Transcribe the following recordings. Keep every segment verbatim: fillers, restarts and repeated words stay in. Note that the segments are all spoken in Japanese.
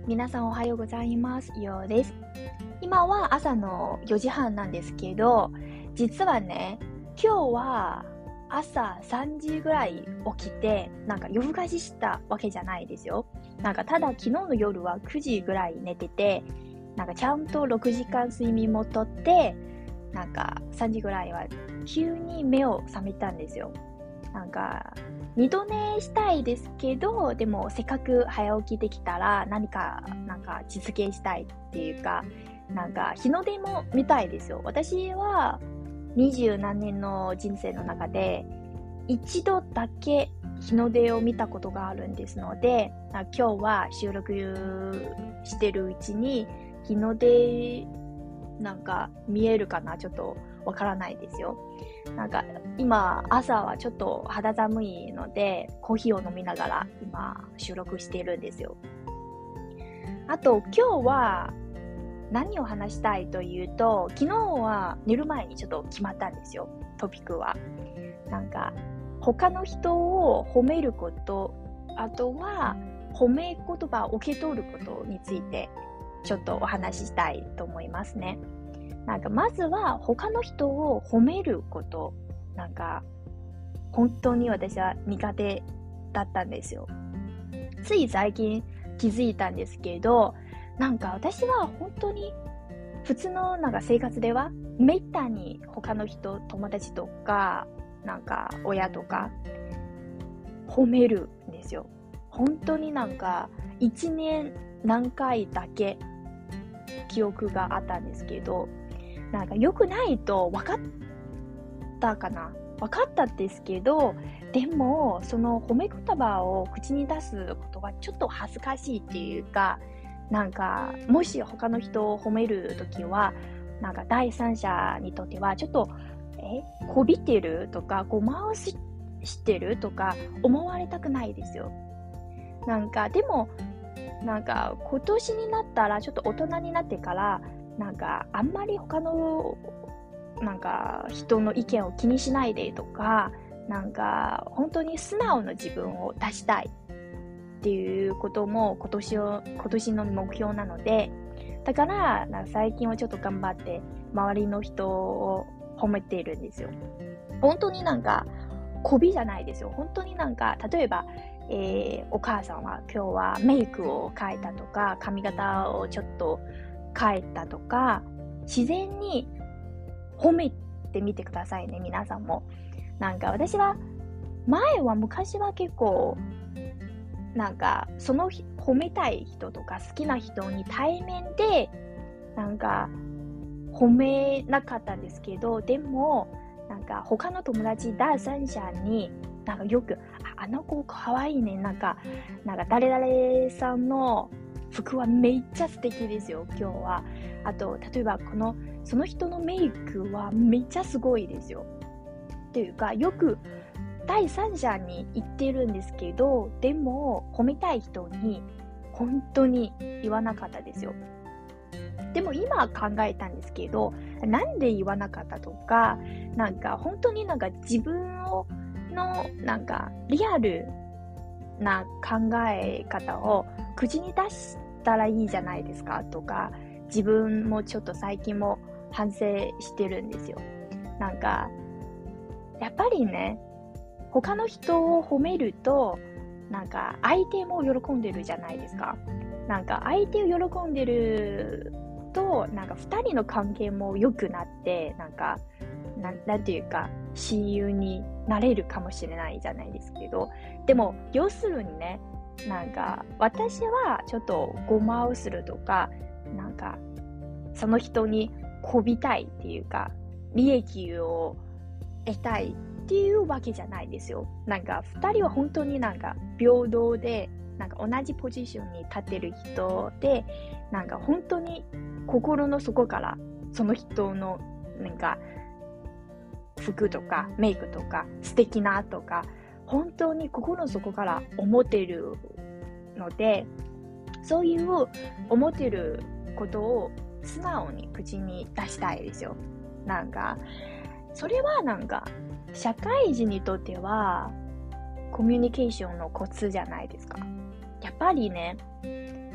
皆さんおはようございます。ようです。今は朝のよじはんなんですけど、実はね、今日は朝さんじぐらい起きて、なんか夜更かししたわけじゃないですよ。なんかただ昨日の夜はくじぐらい寝てて、なんかちゃんとろくじかん睡眠もとって、なんかさんじぐらいは急に目を覚めたんですよ。なんか二度寝したいですけど、でもせっかく早起きできたら何かなんか実現したいっていうか、なんか日の出も見たいですよ。私は二十何年の人生の中で一度だけ日の出を見たことがあるんですので、今日は収録してるうちに日の出なんか見えるかな、ちょっとわからないですよ。なんか今朝はちょっと肌寒いのでコーヒーを飲みながら今収録しているんですよ。あと今日は何を話したいというと、昨日は寝る前にちょっと決まったんですよ。トピックはなんか他の人を褒めること、あとは褒め言葉を受け取ることについてちょっとお話ししたいと思いますね。なんかまずは他の人を褒めること、なんか本当に私は苦手だったんですよ。つい最近気づいたんですけど、なんか私は本当に普通のなんか生活ではめったに他の人、友達とかなんか親とか褒めるんですよ。本当になんか一年何回だけ記憶があったんですけど、なんか良くないと分かったかな分かったんですけど、でもその褒め言葉を口に出すことはちょっと恥ずかしいっていうか、なんかもし他の人を褒めるときはなんか第三者にとってはちょっとえこびてるとかごまをししてるとか思われたくないですよ。なんかでもなんか今年になったらちょっと大人になってからなんかあんまり他のなんか人の意見を気にしないでとか、なんか本当に素直な自分を出したいっていうことも今年を今年の目標なので、だからなんか最近はちょっと頑張って周りの人を褒めているんですよ。本当になんかこびじゃないですよ。本当になんか例えばえー、お母さんは今日はメイクを変えたとか髪型をちょっと変えたとか、自然に褒めてみてくださいね、皆さんも。なんか私は前は昔は結構なんかその褒めたい人とか好きな人に対面でなんか褒めなかったんですけど、でもなんか他の友達第三者になんかよく あ, あの子かわいいね、なんかなんか誰々さんの服はめっちゃ素敵ですよ今日は。あと例えばこのその人のメイクはめっちゃすごいですよっていうか、よく第三者に言ってるんですけど、でも褒めたい人に本当に言わなかったですよ。でも今考えたんですけど、なんで言わなかったとか、なんか本当になんか自分をのなんかリアルな考え方を口に出したらいいじゃないですかとか、自分もちょっと最近も反省してるんですよ。なんかやっぱりね、他の人を褒めるとなんか相手も喜んでるじゃないですか。なんか相手を喜んでるとなんかふたりの関係も良くなって、なんかな, なんていうか親友になれるかもしれないじゃないですけど、でも要するにね、なんか私はちょっとごまをするとか、なんかその人にこびたいっていうか利益を得たいっていうわけじゃないですよ。なんかふたりは本当になんか平等で、なんか同じポジションに立ってる人で、なんか本当に心の底からその人のなんか服とかメイクとか素敵なとか本当に心の底から思っているので、そういう思っていることを素直に口に出したいですよ。なんかそれはなんか社会人にとってはコミュニケーションのコツじゃないですか。やっぱりね、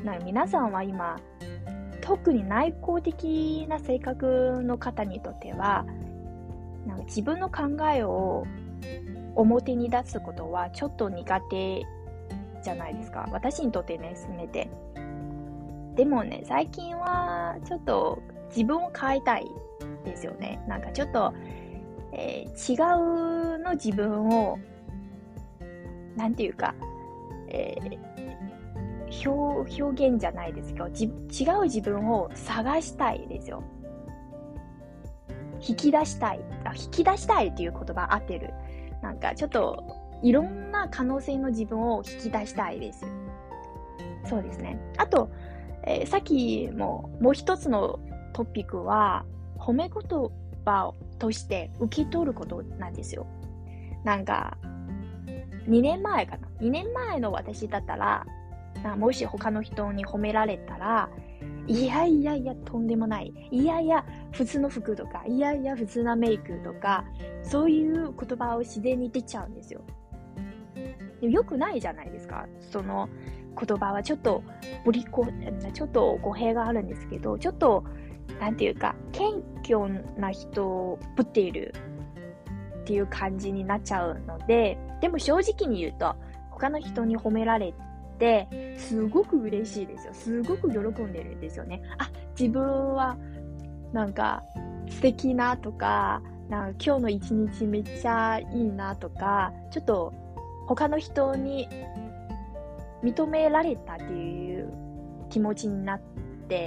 なんか皆さんは今、特に内向的な性格の方にとっては、なんか自分の考えを表に出すことはちょっと苦手じゃないですか。私にとってね、すべて。でもね、最近はちょっと自分を変えたいですよね。なんかちょっと、えー、違うの自分を、なんていうか、えー、表、表現じゃないですけど、じ違う自分を探したいですよ。引き出したい。あ、引き出したいっていう言葉合ってる。なんかちょっといろんな可能性の自分を引き出したいです。そうですね。あと、えー、さっきももう一つのトピックは褒め言葉として受け取ることなんですよ。なんかにねんまえかな。にねんまえの私だったら、もし他の人に褒められたら、いやいやいや、とんでもない。いやいや、普通の服とか、いやいや、普通なメイクとか、そういう言葉を自然に出ちゃうんですよ。でもよくないじゃないですか。その言葉はちょっと、ぶりこ、ちょっと語弊があるんですけど、ちょっと、なんていうか、謙虚な人をぶっているっていう感じになっちゃうので、でも正直に言うと、他の人に褒められて、すごく嬉しいですよ。すごく喜んでるんですよね。あ、自分はなんか素敵なとか、なんか今日の一日めっちゃいいなとか、ちょっと他の人に認められたっていう気持ちになって、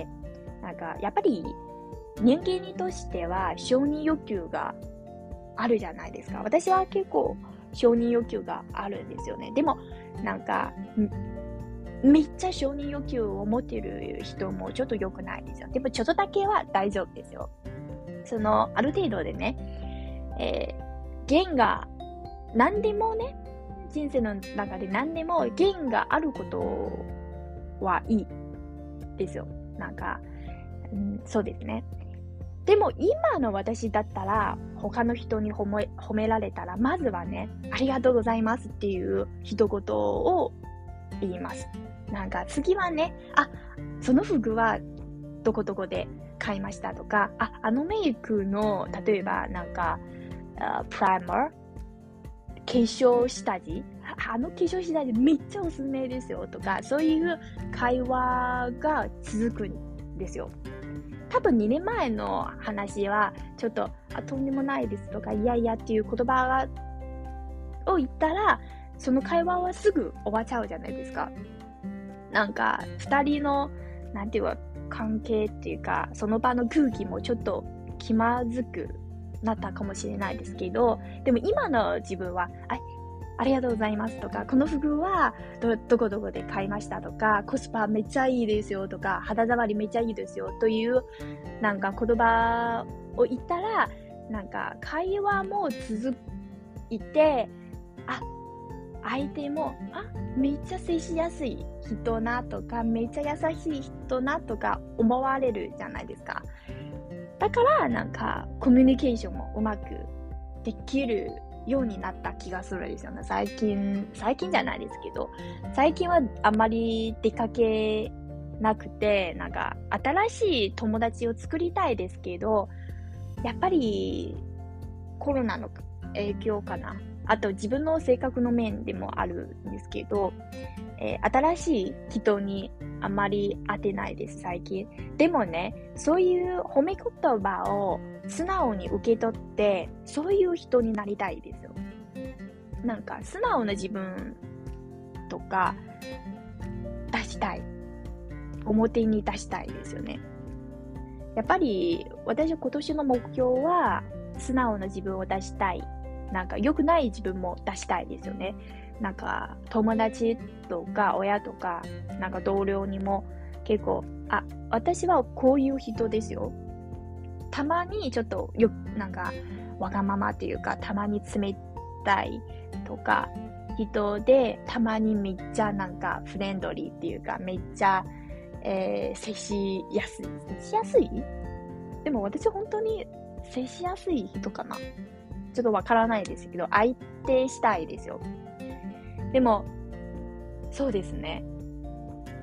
なんかやっぱり人間にとしては承認欲求があるじゃないですか。私は結構承認欲求があるんですよね。でもなんかめっちゃ承認欲求を持っている人もちょっと良くないですよ。でもちょっとだけは大丈夫ですよ。そのある程度でね、えー、弦が何でもね、人生の中で何でも弦があることはいいですよ。なんか、うん、そうですね。でも今の私だったら他の人に褒め、褒められたらまずはね、ありがとうございますっていう一言を言います。なんか次はね、あ、その服はどこどこで買いましたとか、あ、あのメイクの例えばなんかプライマー、化粧下地、あの化粧下地めっちゃおすすめですよとか、そういう会話が続くんですよ。多分にねんまえの話はちょっとあとんでもないですとか、いやいやっていう言葉を言ったら、その会話はすぐ終わっちゃうじゃないですか。なんか二人のなんていうか関係っていうか、その場の空気もちょっと気まずくなったかもしれないですけど、でも今の自分は、あ、ありがとうございますとか、この服は ど, どこどこで買いましたとか、コスパめっちゃいいですよとか、肌触りめっちゃいいですよというなんか言葉を言ったら、なんか会話も続いて、あ、相手も、あ、めっちゃ接しやすい人なとか、めっちゃ優しい人なとか思われるじゃないですか。だからなんかコミュニケーションもうまくできるようになった気がするんですよね。最近、最近じゃないですけど、最近はあまり出かけなくて、なんか新しい友達を作りたいですけど、やっぱりコロナの影響かな。あと自分の性格の面でもあるんですけど、えー、新しい人にあまり当てないです、最近。でもね、そういう褒め言葉を素直に受け取って、そういう人になりたいですよ。なんか素直な自分とか出したい。表に出したいですよね。やっぱり私今年の目標は素直な自分を出したい。なんか良くない自分も出したいですよね。なんか友達とか親とかなんか同僚にも結構、あ、私はこういう人ですよ。たまにちょっとよなんかわがままっていうか、たまに冷たいとか人で、たまにめっちゃなんかフレンドリーっていうか、めっちゃ、えー、接しやすい接しやすいでも私本当に接しやすい人かな、ちょっとわからないですけど、相手したいですよ。でもそうですね、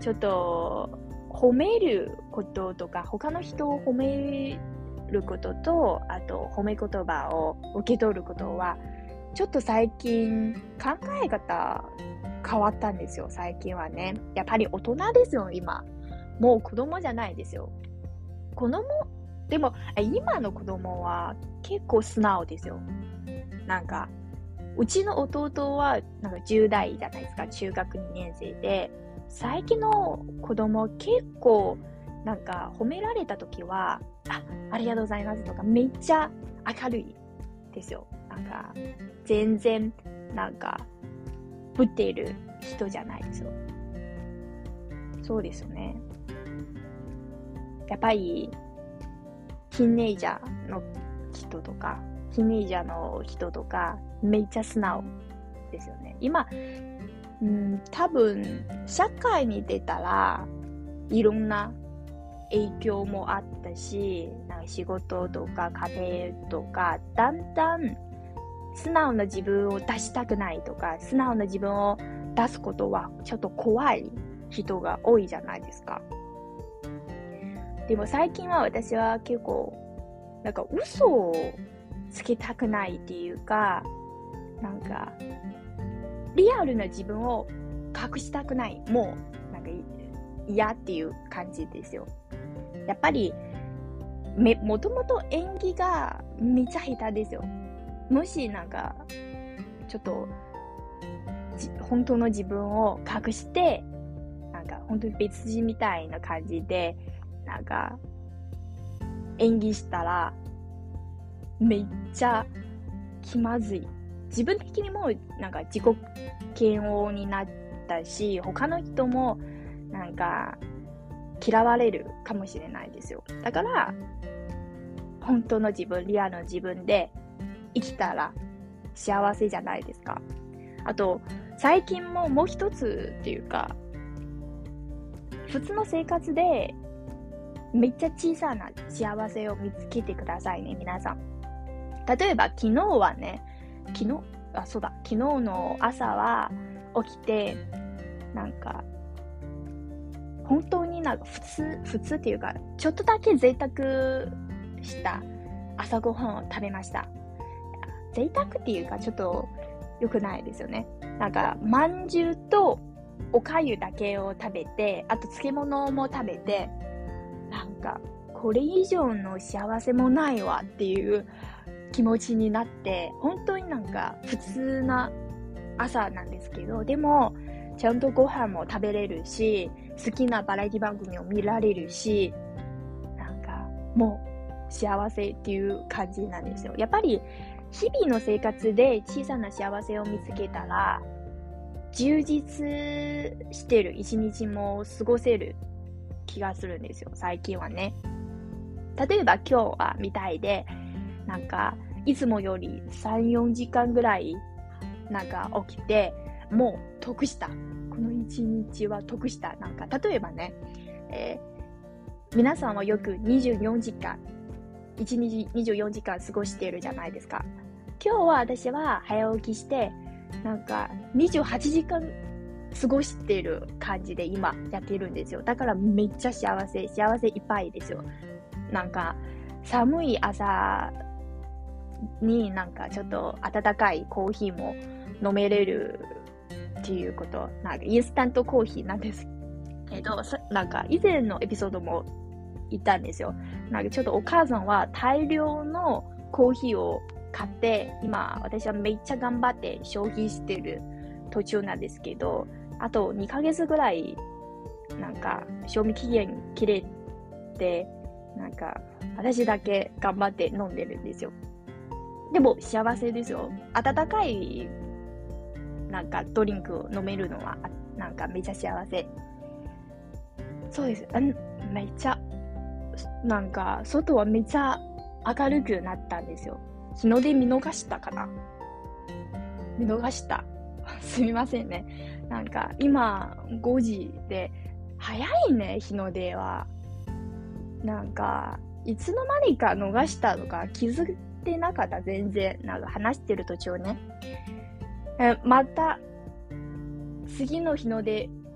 ちょっと褒めることとか、他の人を褒めることと、あと褒め言葉を受け取ることは、ちょっと最近考え方変わったんですよ、最近はね。やっぱり大人ですよ、今。もう子供じゃないですよ。子供、でも今の子供は結構素直ですよ。なんか、うちの弟はなんかじゅう代じゃないですか、中学にねん生で。最近の子供結構なんか褒められた時は、あ、ありがとうございますとかめっちゃ明るいですよ。なんか全然なんかぶっている人じゃないですよ。そうですよね。やっぱりティーンエイジャーの人とか、ティーンエイジャーの人とかめっちゃ素直ですよね。今、うん、多分社会に出たらいろんな影響もあったし、なんか仕事とか家庭とか、だんだん素直な自分を出したくないとか、素直な自分を出すことはちょっと怖い人が多いじゃないですか。でも最近は私は結構なんか嘘をつけたくないっていうか、なんかリアルな自分を隠したくない、もうなんか嫌っていう感じですよ。やっぱりめもともと演技がめっちゃ下手ですよ。もしなんかちょっと本当の自分を隠して、なんか本当に別人みたいな感じでなんか演技したらめっちゃ気まずい。自分的にもなんか自己嫌悪になったし、他の人もなんか嫌われるかもしれないですよ。だから本当の自分、リアルの自分で生きたら幸せじゃないですか。あと最近ももう一つっていうか、普通の生活でめっちゃ小さな幸せを見つけてくださいね、皆さん。例えば昨日はね、昨日、あ、そうだ、昨日の朝は起きて、なんか、本当になんか普通、普通っていうか、ちょっとだけ贅沢した朝ごはんを食べました。贅沢っていうか、ちょっと良くないですよね。なんか、まんじゅうとおかゆだけを食べて、あと漬物も食べて、なんか、これ以上の幸せもないわっていう気持ちになって、本当になんか普通な朝なんですけど、でもちゃんとご飯も食べれるし、好きなバラエティ番組を見られるし、なんかもう幸せっていう感じなんですよ。やっぱり日々の生活で小さな幸せを見つけたら、充実してる一日も過ごせる気がするんですよ、最近はね。例えば今日はみたいで、なんかいつもよりさん、よじかんぐらいなんか起きて、もう得した。この一日は得した。なんか例えばね、えー、皆さんはよくにじゅうよじかん、いちにちにじゅうよじかん過ごしているじゃないですか。今日は私は早起きして、なんかにじゅうはちじかん過ごしている感じで今やっているんですよ。だからめっちゃ幸せ、幸せいっぱいですよ。なんか寒い朝になんかちょっと温かいコーヒーも飲めれるっていうこと、なんかインスタントコーヒーなんですけど、なんか以前のエピソードも言ったんですよ。なんかちょっとお母さんは大量のコーヒーを買って、今私はめっちゃ頑張って消費してる途中なんですけど、あとにかげつぐらいなんか賞味期限切れて、なんか私だけ頑張って飲んでるんですよ。でも幸せですよ。温かいなんかドリンクを飲めるのはなんかめっちゃ幸せ。そうです。めっちゃなんか外はめっちゃ明るくなったんですよ。日の出見逃したかな？見逃した。すみませんね。なんか今ごじで早いね、日の出は。なんかいつの間にか逃したとか気づいてなかった。全然なんか話してる途中ね、えまた次の日の出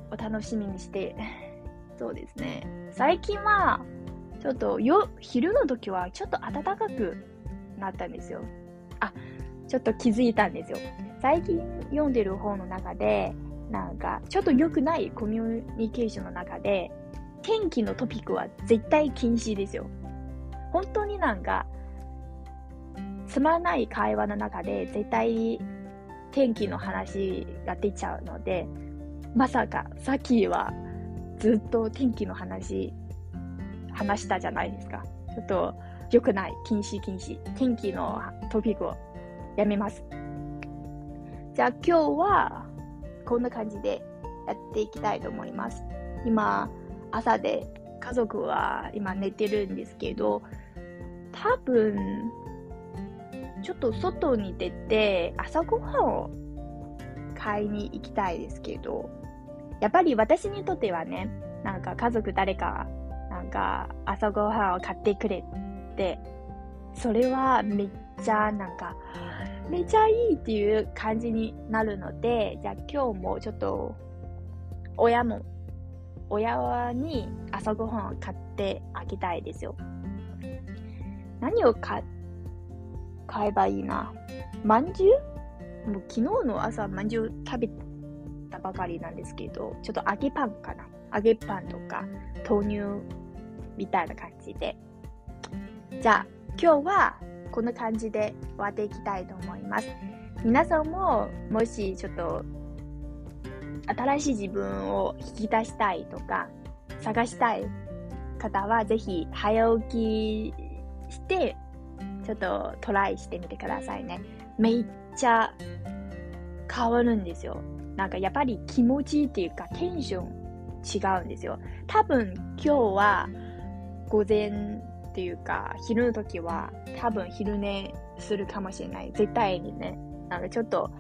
お楽しみにして、そうですね。最近は、ちょっとよ、昼の時はちょっと暖かくなったんですよ。あ、ちょっと気づいたんですよ。最近読んでる本の中で、なんか、ちょっと良くないコミュニケーションの中で、天気のトピックは絶対禁止ですよ。本当になんか、つまらない会話の中で絶対天気の話が出ちゃうので、まさかさっきはずっと天気の話話したじゃないですか。ちょっと良くない。禁止禁止。天気のトピックをやめます。じゃあ今日はこんな感じでやっていきたいと思います。今朝で家族は今寝てるんですけど、多分ちょっと外に出て朝ごはんを買いに行きたいですけど、やっぱり私にとってはね、なんか家族誰かなんか朝ごはんを買ってくれて、それはめっちゃなんかめっちゃいいっていう感じになるので、じゃあ今日もちょっと親も親に朝ごはんを買ってあげたいですよ。何を買買えばいいな。まんじゅう？もう昨日の朝まんじゅう食べたばかりなんですけど、ちょっと揚げパンかな。揚げパンとか豆乳みたいな感じで。じゃあ今日はこんな感じで終わっていきたいと思います。皆さんももしちょっと新しい自分を引き出したいとか探したい方はぜひ早起きしてちょっとトライしてみてくださいね。めっちゃ変わるんですよ。なんかやっぱり気持ちっていうかテンション違うんですよ。多分今日は午前っていうか昼の時は多分昼寝するかもしれない。絶対にね。なんかちょっと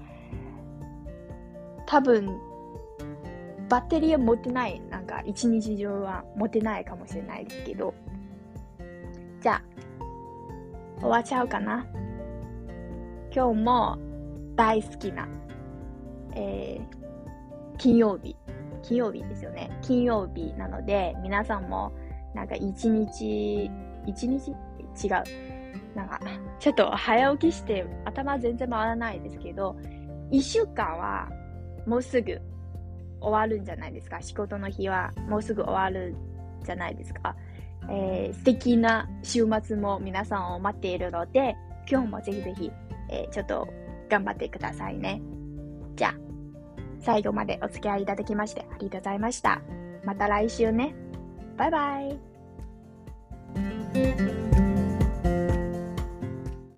多分バッテリー持ってない。なんか一日中は持ってないかもしれないですけど。じゃあ終わっちゃうかな。今日も大好きな、えー、金曜日。金曜日ですよね。金曜日なので、皆さんもなんか一日、一日違う。なんか、ちょっと早起きして頭全然回らないですけど、一週間はもうすぐ終わるんじゃないですか。仕事の日はもうすぐ終わるんじゃないですか。えー、素敵な週末も皆さんを待っているので、今日もぜひぜひ、えー、ちょっと頑張ってくださいね。じゃあ、最後までお付き合いいただきましてありがとうございました。また来週ね。バイバイ。